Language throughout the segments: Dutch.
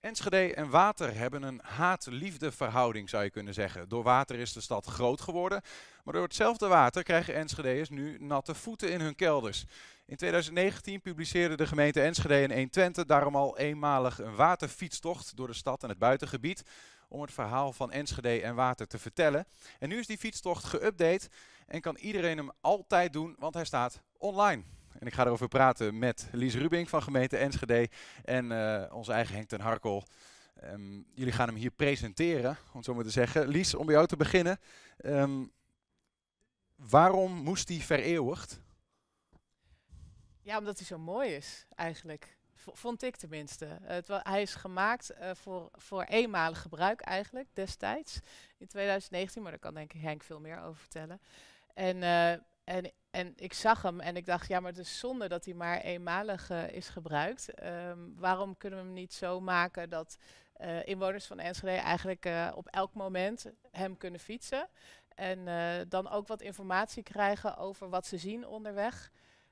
Enschede en water hebben een haat-liefde verhouding, zou je kunnen zeggen. Door water is de stad groot geworden, maar door hetzelfde water krijgen Enschedeërs nu natte voeten in hun kelders. In 2019 publiceerde de gemeente Enschede en 120 daarom al eenmalig een waterfietstocht door de stad en het buitengebied om het verhaal van Enschede en water te vertellen. En nu is die fietstocht geüpdate en kan iedereen hem altijd doen, want hij staat online. En ik ga erover praten met Lies Rubing van gemeente Enschede en onze eigen Henk ten Harkel. Jullie gaan hem hier presenteren, om het zo maar te zeggen. Lies, om bij jou te beginnen. Waarom moest hij vereeuwigd? Ja, omdat hij zo mooi is, eigenlijk. Vond ik tenminste. Hij is gemaakt voor eenmalig gebruik eigenlijk, destijds. In 2019, maar daar kan denk ik Henk veel meer over vertellen. En ik zag hem en ik dacht, ja, maar het is zonde dat hij maar eenmalig is gebruikt. Waarom kunnen we hem niet zo maken dat inwoners van Enschede eigenlijk op elk moment hem kunnen fietsen? En dan ook wat informatie krijgen over wat ze zien onderweg.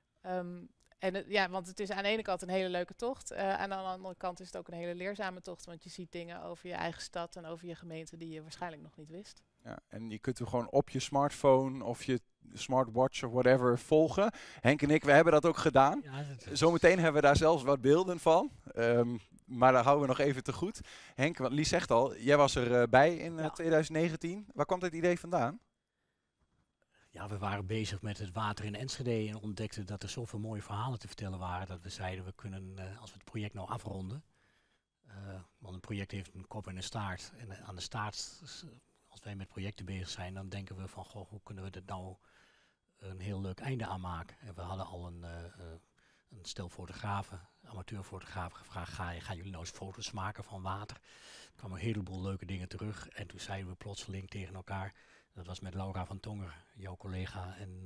Want het is aan de ene kant een hele leuke tocht. Aan de andere kant is het ook een hele leerzame tocht. Want je ziet dingen over je eigen stad en over je gemeente die je waarschijnlijk nog niet wist. Ja, en je kunt hem gewoon op je smartphone of je smartwatch of whatever volgen. Henk en ik, we hebben dat ook gedaan. Ja, zometeen hebben we daar zelfs wat beelden van. Maar daar houden we nog even te goed. Henk, want Lies zegt al, jij was erbij in 2019. Waar kwam dit idee vandaan? Ja, we waren bezig met het water in Enschede en ontdekten dat er zoveel mooie verhalen te vertellen waren. Dat we zeiden, we kunnen, als we het project nou afronden. Want een project heeft een kop en een staart. En aan de staart, als wij met projecten bezig zijn, dan denken we van, goh, hoe kunnen we dit nou een heel leuk einde aan maken? En we hadden al een stel fotografen, amateurfotografen gevraagd, gaan jullie nou eens foto's maken van water? Er kwamen een heleboel leuke dingen terug. En toen zeiden we plotseling tegen elkaar, dat was met Laura van Tonger, jouw collega. En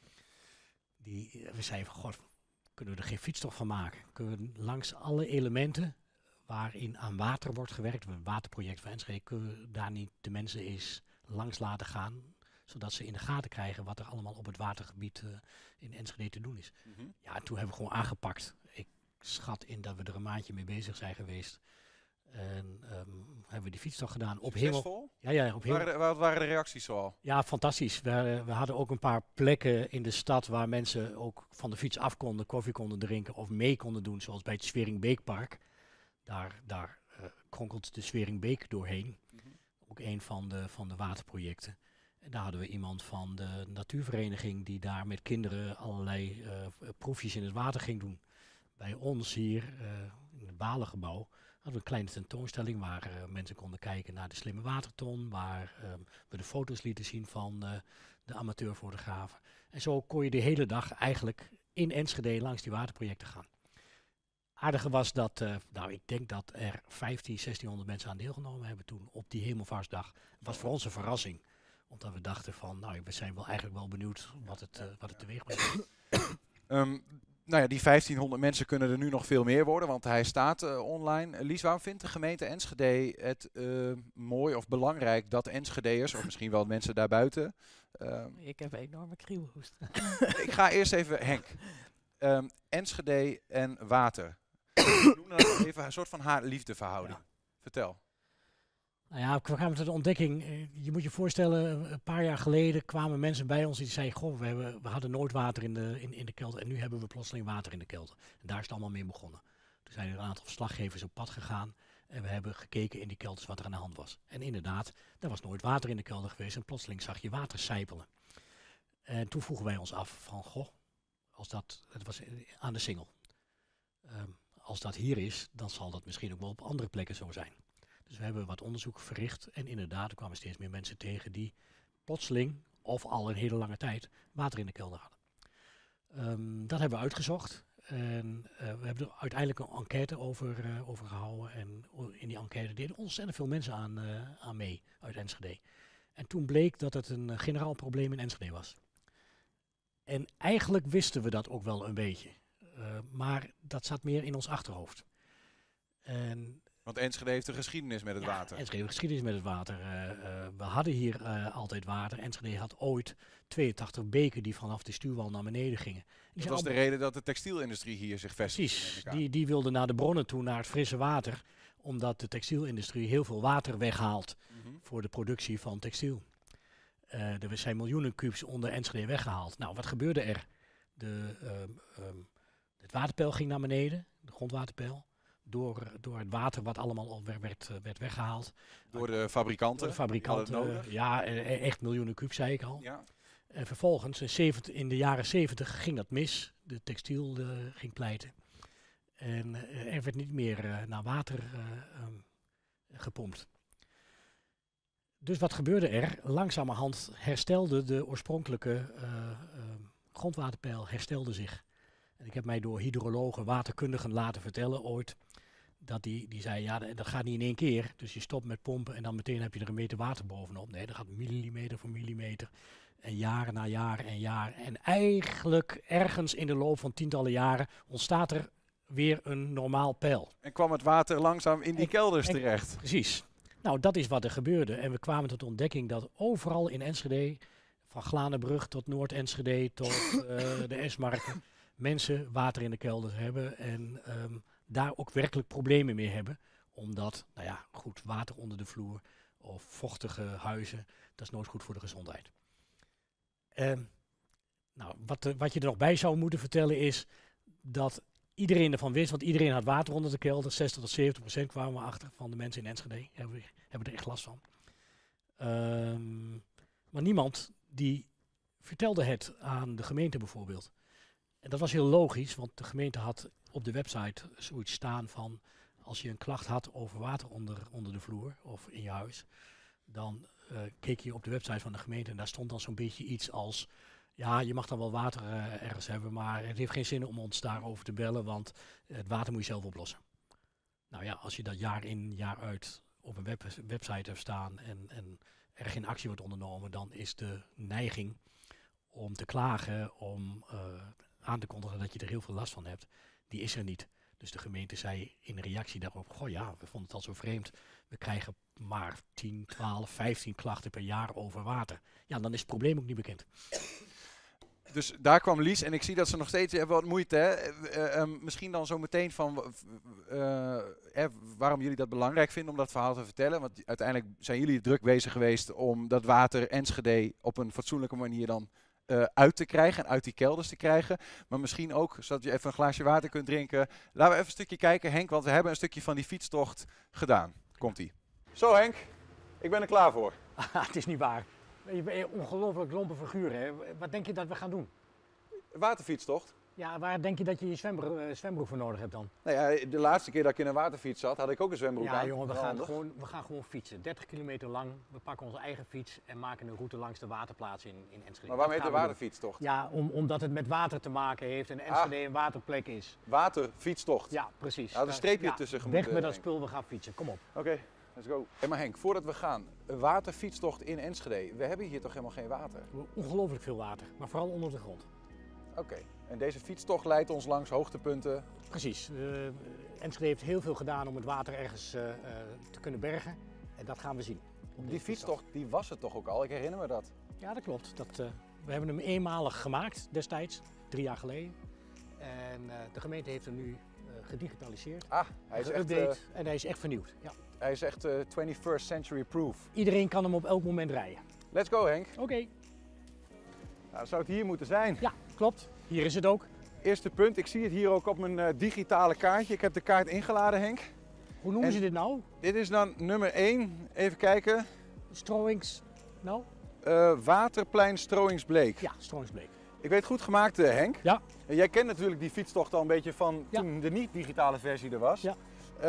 we zeiden van, god, kunnen we er geen fietstocht van maken? Kunnen we langs alle elementen waarin aan water wordt gewerkt, een waterproject van Enschede, kunnen we daar niet de mensen eens langs laten gaan, zodat ze in de gaten krijgen wat er allemaal op het watergebied in Enschede te doen is. Mm-hmm. Ja, en toen hebben we gewoon aangepakt. Ik schat in dat we er een maandje mee bezig zijn geweest. En hebben we die fietstocht gedaan op Succesvol? Ja, op Hemel. Wat waren de reacties zoal? Ja, fantastisch. We hadden ook een paar plekken in de stad waar mensen ook van de fiets af konden, koffie konden drinken of mee konden doen, zoals bij het Zweringbeekpark. Daar kronkelt de Zweringbeek doorheen. Mm-hmm. Ook een van de waterprojecten. En daar hadden we iemand van de natuurvereniging die daar met kinderen allerlei proefjes in het water ging doen. Bij ons hier in het Balengebouw hadden we een kleine tentoonstelling waar mensen konden kijken naar de slimme waterton, waar we de foto's lieten zien van de amateurfotografen. En zo kon je de hele dag eigenlijk in Enschede langs die waterprojecten gaan. Aardige was dat, ik denk dat er 1600 mensen aan deelgenomen hebben toen op die Hemelvaartsdag. Het was voor ons een verrassing, omdat we dachten van, we zijn wel eigenlijk wel benieuwd wat het teweeg brengt. Die 1500 mensen kunnen er nu nog veel meer worden, want hij staat online. Lies, waarom vindt de gemeente Enschede het mooi of belangrijk dat Enschedeërs, of misschien wel mensen daarbuiten... Ik heb een enorme kriebelhoest. Ik ga eerst even, Henk. Enschede en water. Noem nou even een soort van haat-liefde-verhouding. Ja. Vertel. Nou ja, we gaan met de ontdekking. Je moet je voorstellen, een paar jaar geleden kwamen mensen bij ons die zeiden, goh, we hadden nooit water in de kelder en nu hebben we plotseling water in de kelder. En daar is het allemaal mee begonnen. Toen zijn er een aantal verslaggevers op pad gegaan en we hebben gekeken in die kelders wat er aan de hand was. En inderdaad, er was nooit water in de kelder geweest en plotseling zag je water sijpelen. En toen vroegen wij ons af van, goh, het was aan de Singel. Als dat hier is, dan zal dat misschien ook wel op andere plekken zo zijn. Dus we hebben wat onderzoek verricht en inderdaad, er kwamen steeds meer mensen tegen die plotseling, of al een hele lange tijd, water in de kelder hadden. Dat hebben we uitgezocht en we hebben er uiteindelijk een enquête over gehouden. En in die enquête deden ontzettend veel mensen aan mee uit Enschede. En toen bleek dat het een generaal probleem in Enschede was. En eigenlijk wisten we dat ook wel een beetje. Maar dat zat meer in ons achterhoofd. Want Enschede heeft een geschiedenis met het water. Enschede heeft een geschiedenis met het water. We hadden hier altijd water. Enschede had ooit 82 beken die vanaf de stuwwal naar beneden gingen. Dat was de reden dat de textielindustrie hier zich vestigde. Precies. Die wilden naar de bronnen toe, naar het frisse water, Omdat de textielindustrie heel veel water weghaalt voor de productie van textiel. Er zijn miljoenen kubus onder Enschede weggehaald. Nou, wat gebeurde er? Het waterpeil ging naar beneden, de grondwaterpeil. Door het water wat allemaal al werd weggehaald. Door de fabrikanten? Door de fabrikanten, ja, echt miljoenen kubus, zei ik al. Ja. En vervolgens, in de jaren 70 ging dat mis. De textiel ging pleiten. En er werd niet meer naar water gepompt. Dus wat gebeurde er? Langzamerhand herstelde de oorspronkelijke grondwaterpeil zich. En ik heb mij door hydrologen, waterkundigen laten vertellen ooit, dat die zei, ja, dat gaat niet in één keer. Dus je stopt met pompen en dan meteen heb je er een meter water bovenop. Nee, dat gaat millimeter voor millimeter. En jaren na jaren en jaren. En eigenlijk ergens in de loop van tientallen jaren ontstaat er weer een normaal peil. En kwam het water langzaam in die kelders terecht? Precies. Nou, dat is wat er gebeurde. En we kwamen tot de ontdekking dat overal in Enschede, van Glanenbrug tot Noord-Enschede tot de Esmarken, mensen water in de kelders hebben en daar ook werkelijk problemen mee hebben. Omdat, nou ja, goed, water onder de vloer of vochtige huizen, dat is nooit goed voor de gezondheid. Nou, wat je er nog bij zou moeten vertellen is dat iedereen ervan wist, want iedereen had water onder de kelder. 60 tot 70% kwamen we achter van de mensen in Enschede. Hebben er echt last van. Maar niemand die vertelde het aan de gemeente bijvoorbeeld. En dat was heel logisch, want de gemeente had op de website zoiets staan van, als je een klacht had over water onder de vloer of in je huis, dan keek je op de website van de gemeente en daar stond dan zo'n beetje iets als, ja, je mag dan wel water ergens hebben, maar het heeft geen zin om ons daarover te bellen, want het water moet je zelf oplossen. Nou ja, als je dat jaar in, jaar uit op een website hebt staan en er geen actie wordt ondernomen, dan is de neiging om te klagen, om aan te kondigen dat je er heel veel last van hebt, die is er niet. Dus de gemeente zei in reactie daarop, goh ja, we vonden het al zo vreemd. We krijgen maar 10, 12, 15 klachten per jaar over water. Ja, dan is het probleem ook niet bekend. Dus daar kwam Lies en ik zie dat ze nog steeds hebben wat moeite. Hè? Misschien dan zo meteen van waarom jullie dat belangrijk vinden om dat verhaal te vertellen. Want uiteindelijk zijn jullie druk bezig geweest om dat water Enschede op een fatsoenlijke manier dan uit te krijgen en uit die kelders te krijgen. Maar misschien ook, zodat je even een glaasje water kunt drinken. Laten we even een stukje kijken, Henk, want we hebben een stukje van die fietstocht gedaan. Komt-ie. Zo Henk, ik ben er klaar voor. Het is niet waar. Je bent een ongelooflijk lompe figuur, hè? Wat denk je dat we gaan doen? Waterfietstocht. Ja, waar denk je dat je je zwembroek voor nodig hebt dan? Nou ja, de laatste keer dat ik in een waterfiets zat, had ik ook een zwembroek aan. Ja jongen, we gaan gewoon fietsen. 30 kilometer lang. We pakken onze eigen fiets en maken een route langs de waterplaats in Enschede. Maar waarom heet de waterfietstocht? Ja, omdat het met water te maken heeft en Enschede een waterplek is. Waterfietstocht. Ja, precies. Nou, een streepje tussen gemoeten. Weg met dat spul, we gaan fietsen. Kom op. Oké, let's go. Hey, maar Henk, voordat we gaan, een waterfietstocht in Enschede. We hebben hier toch helemaal geen water? Ongelooflijk veel water, maar vooral onder de grond. Oké, en deze fietstocht leidt ons langs hoogtepunten? Precies. Enschede heeft heel veel gedaan om het water ergens te kunnen bergen. En dat gaan we zien. Die fietstocht, die was het toch ook al? Ik herinner me dat. Ja, dat klopt. We hebben hem eenmalig gemaakt destijds, 3 jaar geleden. En de gemeente heeft hem nu gedigitaliseerd. Hij is geüpdate en hij is echt vernieuwd. Ja. Hij is echt 21st century proof. Iedereen kan hem op elk moment rijden. Let's go Henk. Oké. Nou, zou het hier moeten zijn? Ja, klopt. Hier is het ook. Eerste punt, ik zie het hier ook op mijn digitale kaartje. Ik heb de kaart ingeladen, Henk. Hoe noemen ze dit nou? Dit is dan nummer 1. Even kijken. Strooings, nou? Waterplein Strooingsbleek. Ja, Strooingsbleek. Ik weet goed gemaakt, Henk. Ja. En jij kent natuurlijk die fietstocht al een beetje van toen de niet-digitale versie er was. Ja.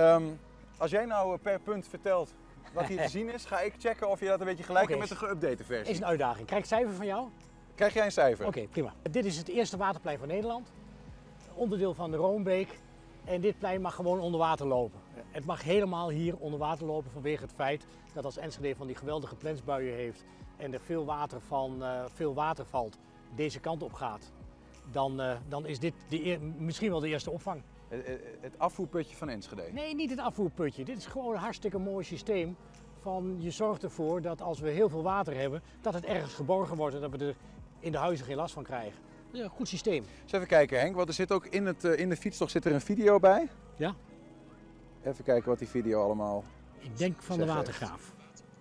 Als jij nou per punt vertelt wat hier te zien is, ga ik checken of je dat een beetje gelijk hebt met de geüpdate versie. Is een uitdaging. Krijg ik cijfer van jou? Krijg jij een cijfer? Oké, prima. Dit is het eerste waterplein van Nederland. Onderdeel van de Roombeek. En dit plein mag gewoon onder water lopen. Het mag helemaal hier onder water lopen vanwege het feit dat als Enschede van die geweldige plensbuien heeft en er veel water valt, deze kant op gaat, dan is dit misschien wel de eerste opvang. Het afvoerputje van Enschede? Nee, niet het afvoerputje. Dit is gewoon een hartstikke mooi systeem. Je zorgt ervoor dat als we heel veel water hebben, dat het ergens geborgen wordt en dat we er in de huizen geen last van krijgen. Dat is een goed systeem. Eens even kijken Henk, want er zit ook in de fietstocht zit er een video bij. Ja. Even kijken wat die video allemaal... Ik denk van de Watergraaf.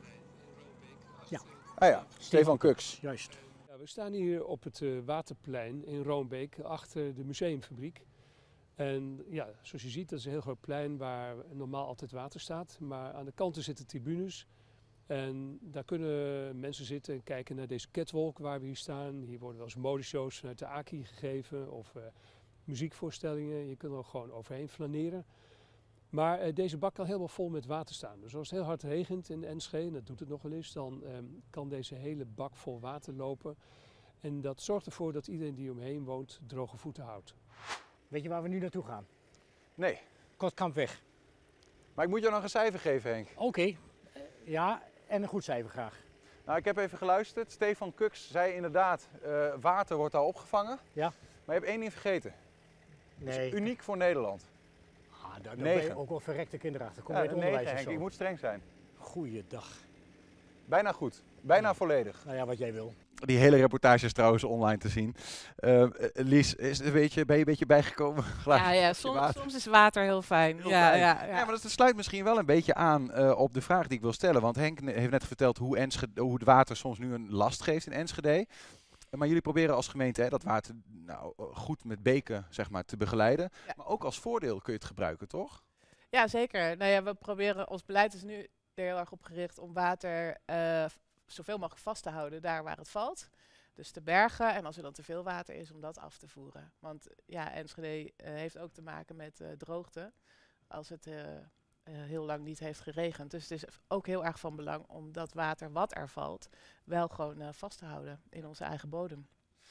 Ja. Ah ja, Stefan Kuks. Juist. Ja, we staan hier op het Waterplein in Roombeek, achter de museumfabriek. En ja, zoals je ziet, dat is een heel groot plein waar normaal altijd water staat. Maar aan de kanten zitten tribunes. En daar kunnen mensen zitten en kijken naar deze catwalk waar we hier staan. Hier worden wel eens modeshows vanuit de Aki gegeven of muziekvoorstellingen. Je kunt er ook gewoon overheen flaneren. Maar deze bak kan helemaal vol met water staan. Dus als het heel hard regent in Enschede, en dat doet het nog wel eens, dan kan deze hele bak vol water lopen. En dat zorgt ervoor dat iedereen die omheen woont droge voeten houdt. Weet je waar we nu naartoe gaan? Nee, Kortkampweg. maar ik moet jou nog een cijfer geven, Henk. Oké. Ja, en een goed cijfer graag. Nou, ik heb even geluisterd. Stefan Kuks zei inderdaad, water wordt daar opgevangen. Ja. Maar je hebt één ding vergeten. Dat Nee. is uniek voor Nederland. Daar ben je 9. ook wel verrekte kinderachtig. Kom Ja, je het een onderwijs 9, of Henk. zo? Ik moet streng zijn. Goeiedag. Bijna goed. Bijna volledig. Nou ja, wat jij wil. Die hele reportage is trouwens online te zien. Lies, ben je een beetje bijgekomen? Ja, soms is water heel fijn. Heel Ja, fijn. ja. Ja, maar dat sluit misschien wel een beetje aan op de vraag die ik wil stellen. Want Henk heeft net verteld hoe het water soms nu een last geeft in Enschede. Maar jullie proberen als gemeente dat water goed met beken zeg maar, te begeleiden. Ja. Maar ook als voordeel kun je het gebruiken, toch? Ja, zeker. Nou ja, we proberen, ons beleid is nu er heel erg op gericht om water zoveel mogelijk vast te houden daar waar het valt. Dus te bergen en als er dan te veel water is, om dat af te voeren. Want ja, Enschede heeft ook te maken met droogte als het heel lang niet heeft geregend. Dus het is ook heel erg van belang om dat water wat er valt wel gewoon vast te houden in onze eigen bodem.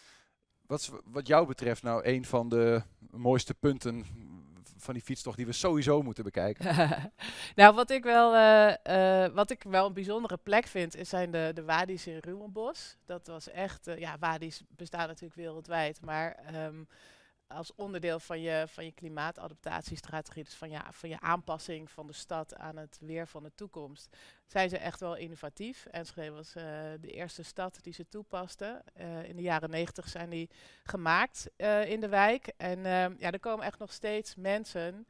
Wat jou betreft nou een van de mooiste punten van die fietstocht die we sowieso moeten bekijken? Nou, wat ik wel een bijzondere plek vind, zijn de wadi's in Ruwenbos. Dat was echt, wadi's bestaan natuurlijk wereldwijd, maar als onderdeel van je klimaatadaptatiestrategie, dus van je aanpassing van de stad aan het weer van de toekomst, zijn ze echt wel innovatief. Enschede was de eerste stad die ze toepaste. In de jaren 90 zijn die gemaakt in de wijk. En er komen echt nog steeds mensen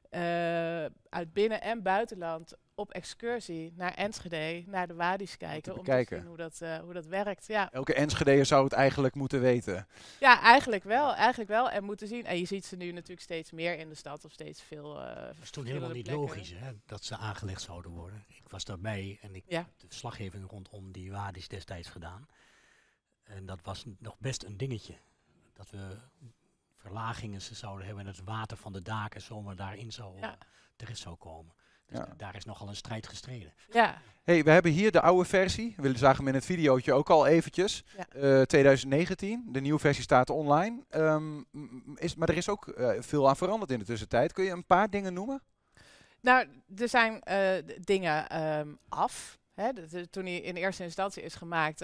uit binnen- en buitenland op excursie naar Enschede, naar de wadi's kijken, om te zien hoe dat werkt. Ja. Elke Enschedeër zou het eigenlijk moeten weten. Ja, eigenlijk wel. En moeten zien. En je ziet ze nu natuurlijk steeds meer in de stad, of steeds veel. Dat is toen helemaal niet logisch hè, dat ze aangelegd zouden worden. Ik was daarbij en ik heb de verslaggeving rondom die wadi's destijds gedaan. En dat was nog best een dingetje. Dat we verlagingen zouden hebben en het water van de daken zomaar daarin terecht zou komen. Dus daar is nogal een strijd gestreden. Ja. Hey, we hebben hier de oude versie. We zagen hem in het videootje ook al eventjes. 2019. De nieuwe versie staat online. Maar er is ook veel aan veranderd in de tussentijd. Kun je een paar dingen noemen? Nou, er zijn dingen af. Hè. Toen hij in eerste instantie is gemaakt,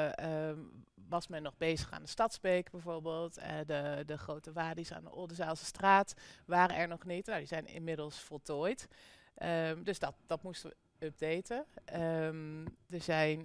was men nog bezig aan de Stadsbeek bijvoorbeeld. De grote wadi's aan de Oldenzaalse straat waren er nog niet. Nou, die zijn inmiddels voltooid. Dus dat moesten we updaten. Er zijn,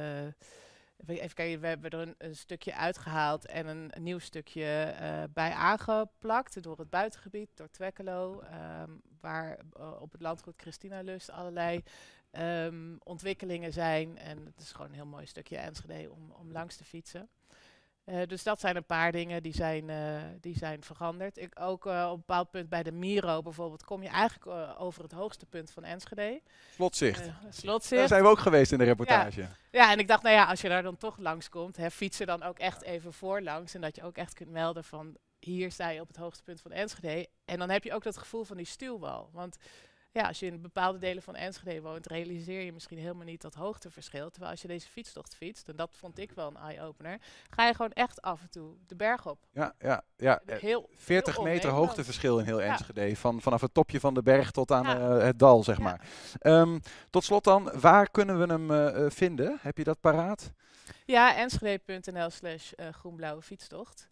even kijken, we hebben er een stukje uitgehaald en een nieuw stukje bij aangeplakt door het buitengebied, door Twekkelo, waar op het landgoed Christina Lust allerlei ontwikkelingen zijn. En het is gewoon een heel mooi stukje Enschede om langs te fietsen. Dus dat zijn een paar dingen die zijn veranderd. Ook op een bepaald punt bij de Miro bijvoorbeeld kom je eigenlijk over het hoogste punt van Enschede. Slotzicht. Slotzicht. Daar zijn we ook geweest in de reportage. Ja, en ik dacht, nou ja, als je daar dan toch langskomt, fiets er dan ook echt even voorlangs. En dat je ook echt kunt melden van, hier sta je op het hoogste punt van Enschede. En dan heb je ook dat gevoel van die stuwwal. Want ja, als je in bepaalde delen van Enschede woont, realiseer je misschien helemaal niet dat hoogteverschil. Terwijl als je deze fietstocht fietst, en dat vond ik wel een eye-opener, ga je gewoon echt af en toe de berg op. Ja. 40 meter hoogteverschil in heel Enschede. Vanaf het topje van de berg tot aan het dal, zeg maar. Tot slot dan, waar kunnen we hem vinden? Heb je dat paraat? Ja, enschede.nl/groenblauwe fietstocht.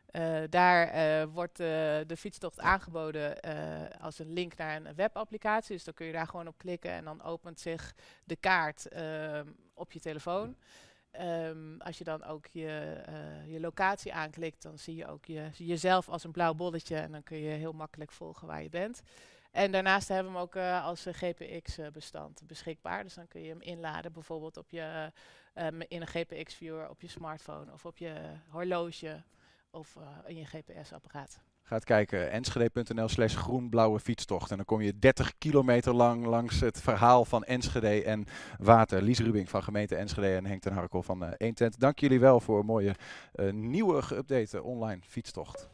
Daar wordt de fietstocht aangeboden als een link naar een webapplicatie. Dus dan kun je daar gewoon op klikken en dan opent zich de kaart op je telefoon. Als je dan ook je locatie aanklikt, dan zie je ook jezelf als een blauw bolletje en dan kun je heel makkelijk volgen waar je bent. En daarnaast hebben we hem ook als GPX-bestand beschikbaar. Dus dan kun je hem inladen bijvoorbeeld op je, in een GPX-viewer op je smartphone of op je horloge of in je GPS-apparaat. Ga kijken, enschede.nl/groenblauwe fietstocht. En dan kom je 30 kilometer lang langs het verhaal van Enschede en water. Lies Rubing van gemeente Enschede en Henk ten Harkel van 1Tent. Dank jullie wel voor een mooie nieuwe geüpdate online fietstocht.